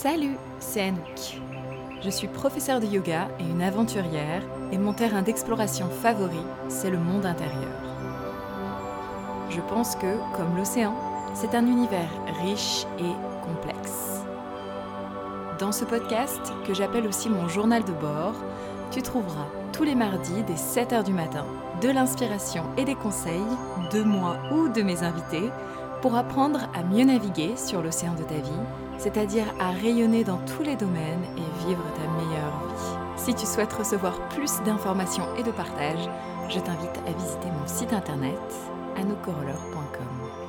Salut, c'est Anouk. Je suis professeure de yoga et une aventurière et mon terrain d'exploration favori, c'est le monde intérieur. Je pense que, comme l'océan, c'est un univers riche et complexe. Dans ce podcast, que j'appelle aussi mon journal de bord, tu trouveras tous les mardis dès 7h du matin de l'inspiration et des conseils de moi ou de mes invités pour apprendre à mieux naviguer sur l'océan de ta vie, c'est-à-dire à rayonner dans tous les domaines et vivre ta meilleure vie. Si tu souhaites recevoir plus d'informations et de partage, je t'invite à visiter mon site internet anoukcoroller.com.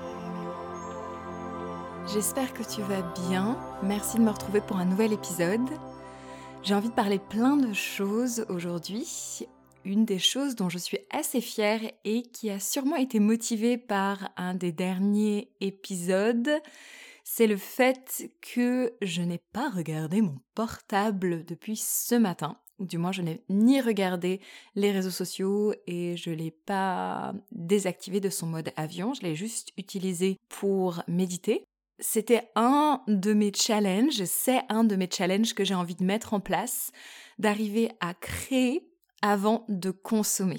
J'espère que tu vas bien. Merci de me retrouver pour un nouvel épisode. J'ai envie de parler plein de choses aujourd'hui. Une des choses dont je suis assez fière et qui a sûrement été motivée par un des derniers épisodes, c'est le fait que je n'ai pas regardé mon portable depuis ce matin. Ou du moins, je n'ai ni regardé les réseaux sociaux et je ne l'ai pas désactivé de son mode avion. Je l'ai juste utilisé pour méditer. C'était un de mes challenges, c'est un de mes challenges que j'ai envie de mettre en place, d'arriver à créer avant de consommer.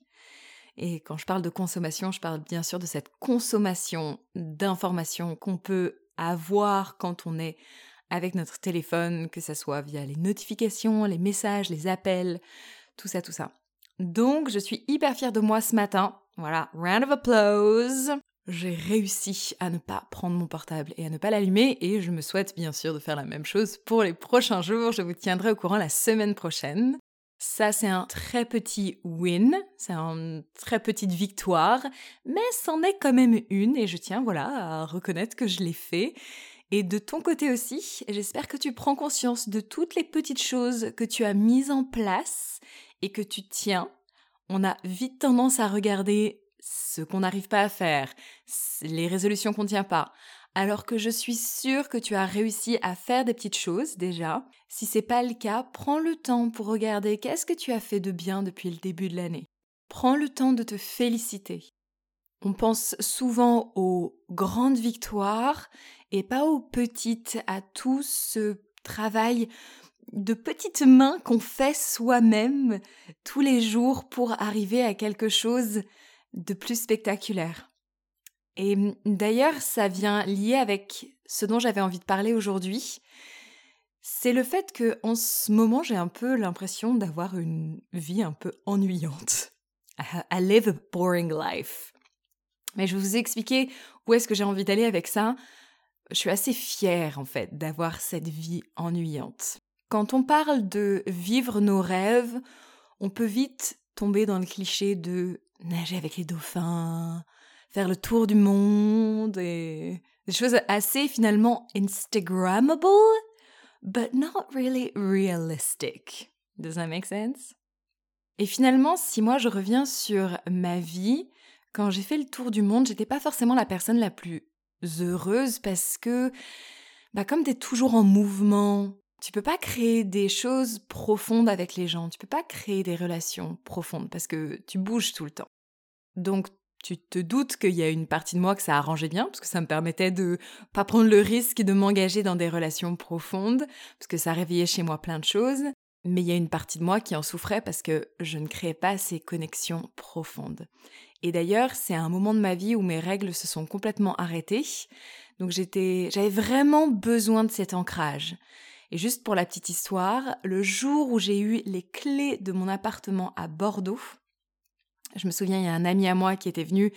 Et quand je parle de consommation, je parle bien sûr de cette consommation d'informations qu'on peut avoir quand on est avec notre téléphone, que ce soit via les notifications, les messages, les appels, tout ça. Donc, je suis hyper fière de moi ce matin. Voilà, round of applause. J'ai réussi à ne pas prendre mon portable et à ne pas l'allumer et je me souhaite bien sûr de faire la même chose pour les prochains jours. Je vous tiendrai au courant la semaine prochaine. Ça, c'est un très petit win, c'est une très petite victoire, mais c'en est quand même une et je tiens à reconnaître que je l'ai fait. Et de ton côté aussi, j'espère que tu prends conscience de toutes les petites choses que tu as mises en place et que tu tiens. On a vite tendance à regarder ce qu'on n'arrive pas à faire, les résolutions qu'on ne tient pas, alors que je suis sûre que tu as réussi à faire des petites choses déjà. Si c'est pas le cas, prends le temps pour regarder qu'est-ce que tu as fait de bien depuis le début de l'année. Prends le temps de te féliciter. On pense souvent aux grandes victoires et pas aux petites, à tout ce travail de petites mains qu'on fait soi-même tous les jours pour arriver à quelque chose de plus spectaculaire. Et d'ailleurs, ça vient lié avec ce dont j'avais envie de parler aujourd'hui. C'est le fait que en ce moment, j'ai un peu l'impression d'avoir une vie un peu ennuyante. I live a boring life. Mais je vais vous expliquer où est-ce que j'ai envie d'aller avec ça. Je suis assez fière, en fait, d'avoir cette vie ennuyante. Quand on parle de vivre nos rêves, on peut vite tomber dans le cliché de nager avec les dauphins, faire le tour du monde et des choses assez finalement Instagrammable, but not really realistic. Does that make sense? Et finalement, si moi je reviens sur ma vie, quand j'ai fait le tour du monde, j'étais pas forcément la personne la plus heureuse parce que, comme t'es toujours en mouvement, tu peux pas créer des choses profondes avec les gens, tu peux pas créer des relations profondes parce que tu bouges tout le temps. Donc, tu te doutes qu'il y a une partie de moi que ça arrangeait bien, parce que ça me permettait de pas prendre le risque de m'engager dans des relations profondes, parce que ça réveillait chez moi plein de choses. Mais il y a une partie de moi qui en souffrait parce que je ne créais pas ces connexions profondes. Et d'ailleurs, c'est un moment de ma vie où mes règles se sont complètement arrêtées. Donc j'avais vraiment besoin de cet ancrage. Et juste pour la petite histoire, le jour où j'ai eu les clés de mon appartement à Bordeaux, je me souviens, il y a un ami à moi qui était venu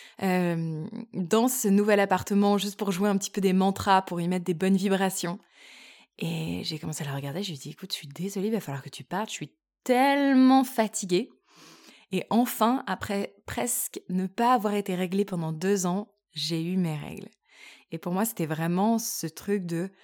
dans ce nouvel appartement juste pour jouer un petit peu des mantras, pour y mettre des bonnes vibrations. Et j'ai commencé à la regarder, je lui ai dit « Écoute, je suis désolée, il va falloir que tu partes, je suis tellement fatiguée. » Et enfin, après presque ne pas avoir été réglée pendant 2 ans, j'ai eu mes règles. Et pour moi, c'était vraiment ce truc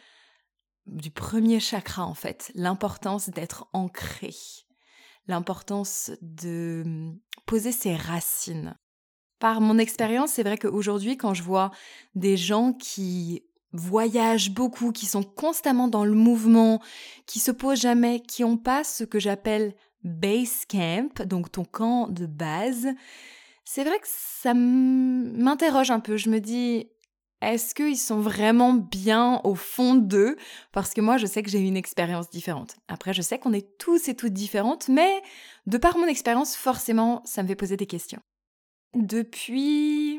du premier chakra, en fait, l'importance d'être ancré, l'importance de poser ses racines. Par mon expérience, c'est vrai qu'aujourd'hui, quand je vois des gens qui voyagent beaucoup, qui sont constamment dans le mouvement, qui se posent jamais, qui n'ont pas ce que j'appelle base camp, donc ton camp de base, c'est vrai que ça m'interroge un peu. Je me dis, Est-ce qu'ils sont vraiment bien au fond d'eux? Parce que moi, je sais que j'ai eu une expérience différente. Après, je sais qu'on est tous et toutes différentes, mais de par mon expérience, forcément, ça me fait poser des questions. Depuis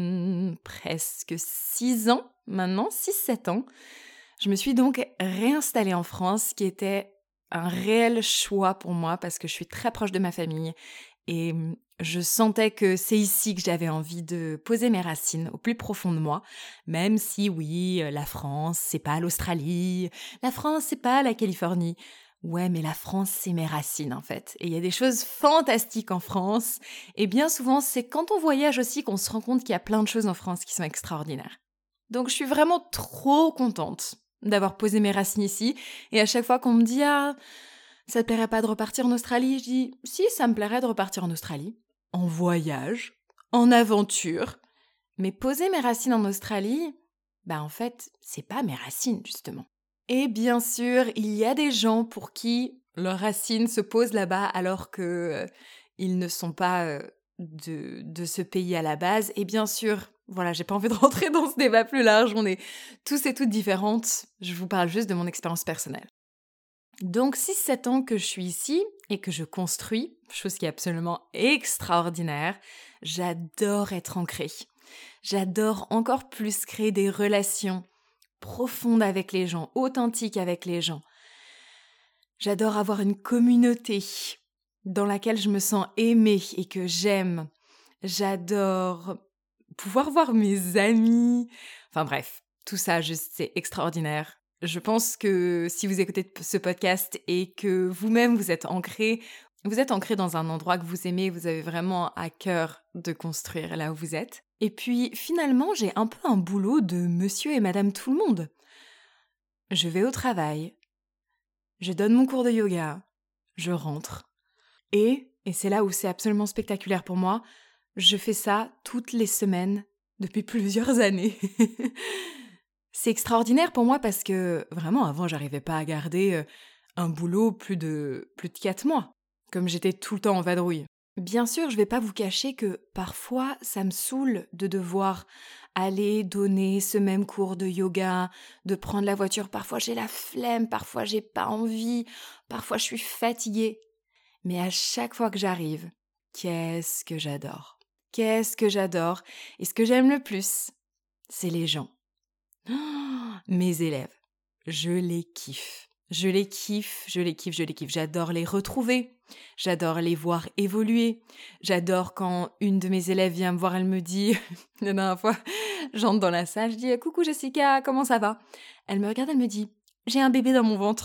presque 6 ans maintenant, 6-7 ans, je me suis donc réinstallée en France, qui était un réel choix pour moi parce que je suis très proche de ma famille et je sentais que c'est ici que j'avais envie de poser mes racines au plus profond de moi, même si oui, la France, c'est pas l'Australie, la France, c'est pas la Californie. Ouais, mais la France, c'est mes racines en fait. Et il y a des choses fantastiques en France. Et bien souvent, c'est quand on voyage aussi qu'on se rend compte qu'il y a plein de choses en France qui sont extraordinaires. Donc je suis vraiment trop contente d'avoir posé mes racines ici. Et à chaque fois qu'on me dit « Ah, ça te plairait pas de repartir en Australie ?» Je dis « Si, ça me plairait de repartir en Australie. En voyage, en aventure. » Mais poser mes racines en Australie, en fait, c'est pas mes racines justement. Et bien sûr, il y a des gens pour qui leurs racines se posent là-bas alors que ils ne sont pas de ce pays à la base. Et bien sûr, voilà, j'ai pas envie de rentrer dans ce débat plus large, on est tous et toutes différentes. Je vous parle juste de mon expérience personnelle. Donc 6-7 ans que je suis ici et que je construis, chose qui est absolument extraordinaire, j'adore être ancrée. J'adore encore plus créer des relations profondes avec les gens, authentiques avec les gens. J'adore avoir une communauté dans laquelle je me sens aimée et que j'aime. J'adore pouvoir voir mes amis. Enfin bref, tout ça, juste, c'est extraordinaire. Je pense que si vous écoutez ce podcast et que vous-même vous êtes ancré dans un endroit que vous aimez, vous avez vraiment à cœur de construire là où vous êtes. Et puis finalement, j'ai un peu un boulot de monsieur et madame tout le monde. Je vais au travail, je donne mon cours de yoga, je rentre. Et c'est là où c'est absolument spectaculaire pour moi, je fais ça toutes les semaines depuis plusieurs années. C'est extraordinaire pour moi parce que vraiment avant j'arrivais pas à garder un boulot plus de 4 mois, comme j'étais tout le temps en vadrouille. Bien sûr, je vais pas vous cacher que parfois ça me saoule de devoir aller donner ce même cours de yoga, de prendre la voiture, parfois j'ai la flemme, parfois j'ai pas envie, parfois je suis fatiguée. Mais à chaque fois que j'arrive, qu'est-ce que j'adore. Qu'est-ce que j'adore. Et ce que j'aime le plus, c'est les gens. Mes élèves, je les kiffe. Je les kiffe, je les kiffe, je les kiffe. J'adore les retrouver. J'adore les voir évoluer. J'adore quand une de mes élèves vient me voir, elle me dit, la dernière fois, j'entre dans la salle, je dis « Coucou Jessica, comment ça va ?» Elle me regarde, elle me dit « J'ai un bébé dans mon ventre. »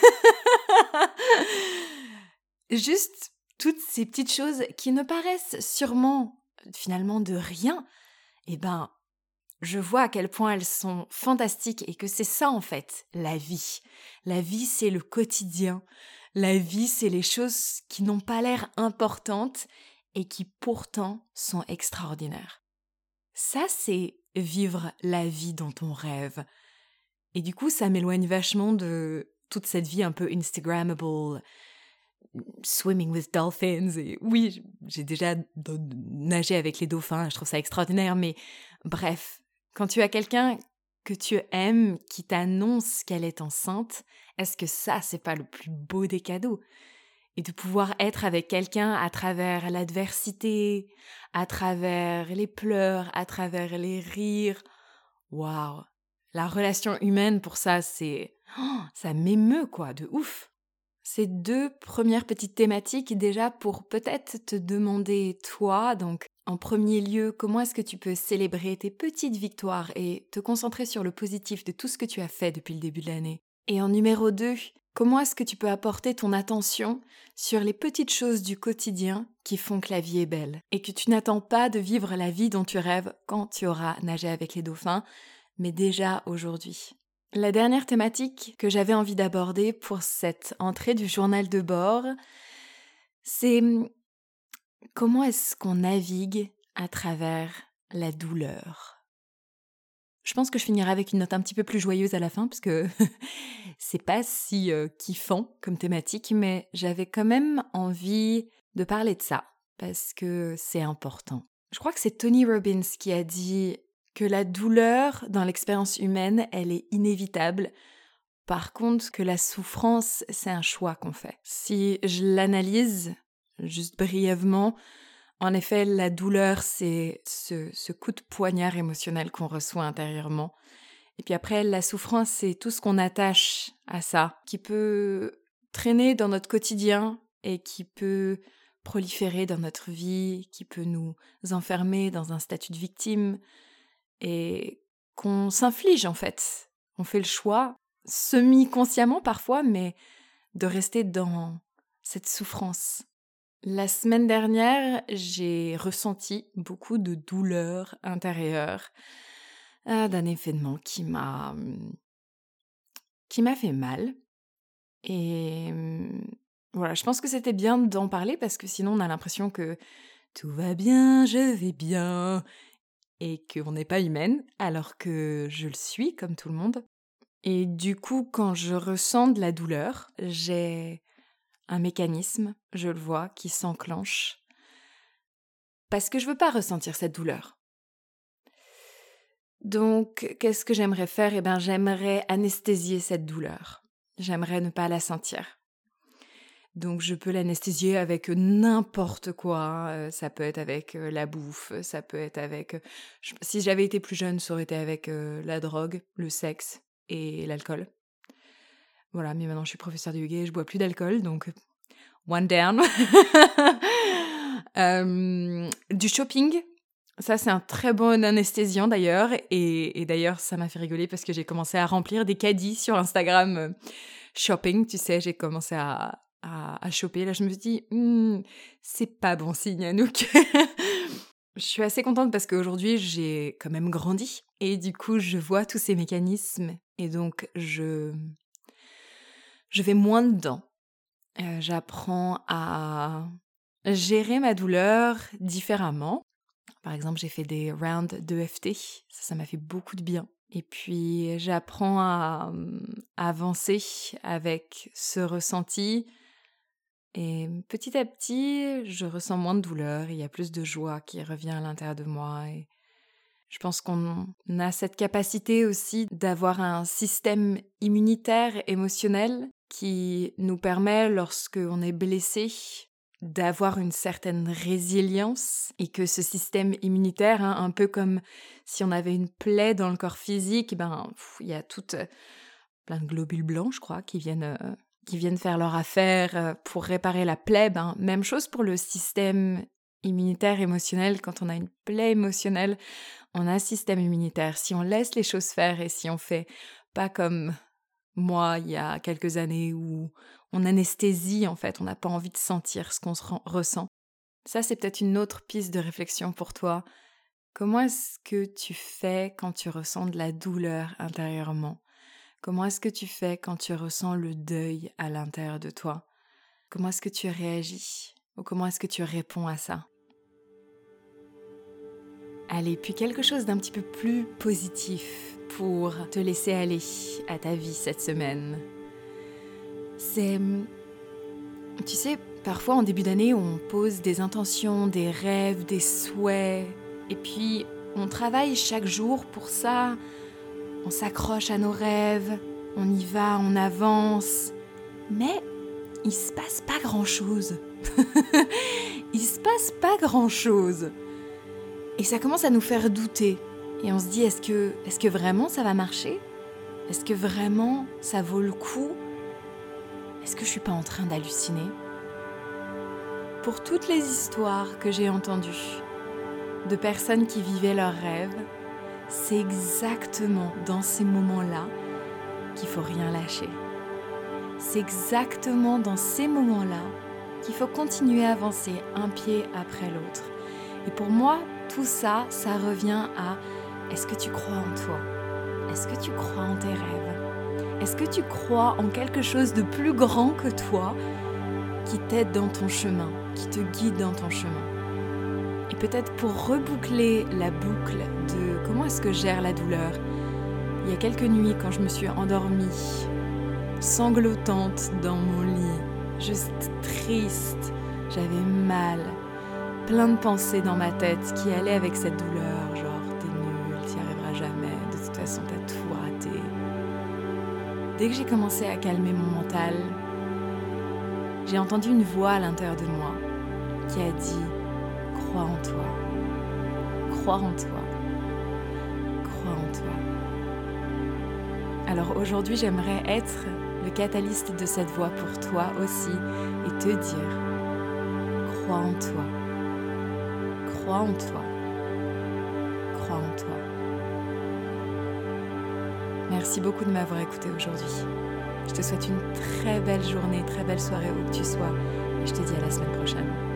Juste toutes ces petites choses qui ne paraissent sûrement finalement de rien, je vois à quel point elles sont fantastiques et que c'est ça en fait, la vie. La vie, c'est le quotidien. La vie, c'est les choses qui n'ont pas l'air importantes et qui pourtant sont extraordinaires. Ça, c'est vivre la vie dont on rêve. Et du coup, ça m'éloigne vachement de toute cette vie un peu Instagrammable, swimming with dolphins. Et oui, j'ai déjà nagé avec les dauphins, je trouve ça extraordinaire, mais bref. Quand tu as quelqu'un que tu aimes qui t'annonce qu'elle est enceinte, est-ce que ça, c'est pas le plus beau des cadeaux? Et de pouvoir être avec quelqu'un à travers l'adversité, à travers les pleurs, à travers les rires. Waouh! La relation humaine pour ça, ça m'émeut quoi, de ouf! Ces 2 premières petites thématiques déjà pour peut-être te demander toi, donc en premier lieu, comment est-ce que tu peux célébrer tes petites victoires et te concentrer sur le positif de tout ce que tu as fait depuis le début de l'année. Et en numéro 2, comment est-ce que tu peux apporter ton attention sur les petites choses du quotidien qui font que la vie est belle et que tu n'attends pas de vivre la vie dont tu rêves quand tu auras nagé avec les dauphins, mais déjà aujourd'hui. La dernière thématique que j'avais envie d'aborder pour cette entrée du journal de bord, c'est comment est-ce qu'on navigue à travers la douleur. Je pense que je finirai avec une note un petit peu plus joyeuse à la fin, parce que c'est pas si kiffant comme thématique, mais j'avais quand même envie de parler de ça, parce que c'est important. Je crois que c'est Tony Robbins qui a dit que la douleur dans l'expérience humaine, elle est inévitable. Par contre, que la souffrance, c'est un choix qu'on fait. Si je l'analyse, juste brièvement, en effet, la douleur, c'est ce coup de poignard émotionnel qu'on reçoit intérieurement. Et puis après, la souffrance, c'est tout ce qu'on attache à ça, qui peut traîner dans notre quotidien et qui peut proliférer dans notre vie, qui peut nous enfermer dans un statut de victime et qu'on s'inflige en fait. On fait le choix, semi-consciemment parfois, mais de rester dans cette souffrance. La semaine dernière, j'ai ressenti beaucoup de douleur intérieure d'un événement qui m'a fait mal. Et voilà, je pense que c'était bien d'en parler parce que sinon on a l'impression que tout va bien, je vais bien, et qu'on n'est pas humaine, alors que je le suis comme tout le monde. Et du coup, quand je ressens de la douleur, j'ai un mécanisme, je le vois, qui s'enclenche. Parce que je veux pas ressentir cette douleur. Donc, qu'est-ce que j'aimerais faire ? Eh bien, j'aimerais anesthésier cette douleur. J'aimerais ne pas la sentir. Donc, je peux l'anesthésier avec n'importe quoi. Ça peut être avec la bouffe, ça peut être avec... si j'avais été plus jeune, ça aurait été avec la drogue, le sexe et l'alcool. Voilà, mais maintenant je suis professeure de yoga et je bois plus d'alcool, donc one down. Du shopping, ça c'est un très bon anesthésiant d'ailleurs, et d'ailleurs ça m'a fait rigoler parce que j'ai commencé à remplir des caddies sur Instagram shopping, tu sais, j'ai commencé à choper. Là je me suis dit, c'est pas bon signe Anouk. Je suis assez contente parce qu'aujourd'hui j'ai quand même grandi, et du coup je vois tous ces mécanismes, et donc je vais moins dedans. J'apprends à gérer ma douleur différemment. Par exemple, j'ai fait des rounds d'EFT, ça m'a fait beaucoup de bien. Et puis, j'apprends à avancer avec ce ressenti. Et petit à petit, je ressens moins de douleur, il y a plus de joie qui revient à l'intérieur de moi. Et je pense qu'on a cette capacité aussi d'avoir un système immunitaire, émotionnel, qui nous permet, lorsqu'on est blessé, d'avoir une certaine résilience, et que ce système immunitaire, un peu comme si on avait une plaie dans le corps physique, il y a plein de globules blancs, je crois, qui viennent faire leur affaire pour réparer la plaie. Même chose pour le système immunitaire émotionnel. Quand on a une plaie émotionnelle, on a un système immunitaire. Si on laisse les choses faire et si on fait pas comme moi, il y a quelques années, où on anesthésie, en fait, on n'a pas envie de sentir ce qu'on ressent. Ça, c'est peut-être une autre piste de réflexion pour toi. Comment est-ce que tu fais quand tu ressens de la douleur intérieurement ? Comment est-ce que tu fais quand tu ressens le deuil à l'intérieur de toi ? Comment est-ce que tu réagis ? Ou comment est-ce que tu réponds à ça ? Allez, puis quelque chose d'un petit peu plus positif pour te laisser aller à ta vie cette semaine. C'est... Tu sais, parfois en début d'année, on pose des intentions, des rêves, des souhaits, et puis on travaille chaque jour pour ça. On s'accroche à nos rêves, on y va, on avance, mais il se passe pas grand-chose. Il se passe pas grand-chose. Et ça commence à nous faire douter. Et on se dit, est-ce que vraiment ça va marcher ? Est-ce que vraiment ça vaut le coup ? Est-ce que je suis pas en train d'halluciner ? Pour toutes les histoires que j'ai entendues de personnes qui vivaient leurs rêves, c'est exactement dans ces moments-là qu'il faut rien lâcher. C'est exactement dans ces moments-là qu'il faut continuer à avancer un pied après l'autre. Et pour moi, tout ça, ça revient à: est-ce que tu crois en toi ? Est-ce que tu crois en tes rêves ? Est-ce que tu crois en quelque chose de plus grand que toi qui t'aide dans ton chemin, qui te guide dans ton chemin ? Et peut-être pour reboucler la boucle de comment est-ce que je gère la douleur, il y a quelques nuits quand je me suis endormie, sanglotante dans mon lit, juste triste, j'avais mal, plein de pensées dans ma tête qui allaient avec cette douleur, genre t'es nulle, t'y façon t'as tout raté. Dès que j'ai commencé à calmer mon mental, j'ai entendu une voix à l'intérieur de moi qui a dit « Crois en toi, crois en toi, crois en toi ». Alors aujourd'hui, j'aimerais être le catalyste de cette voix pour toi aussi et te dire « Crois en toi, crois en toi, crois en toi ». Merci beaucoup de m'avoir écouté aujourd'hui. Je te souhaite une très belle journée, très belle soirée où que tu sois et je te dis à la semaine prochaine.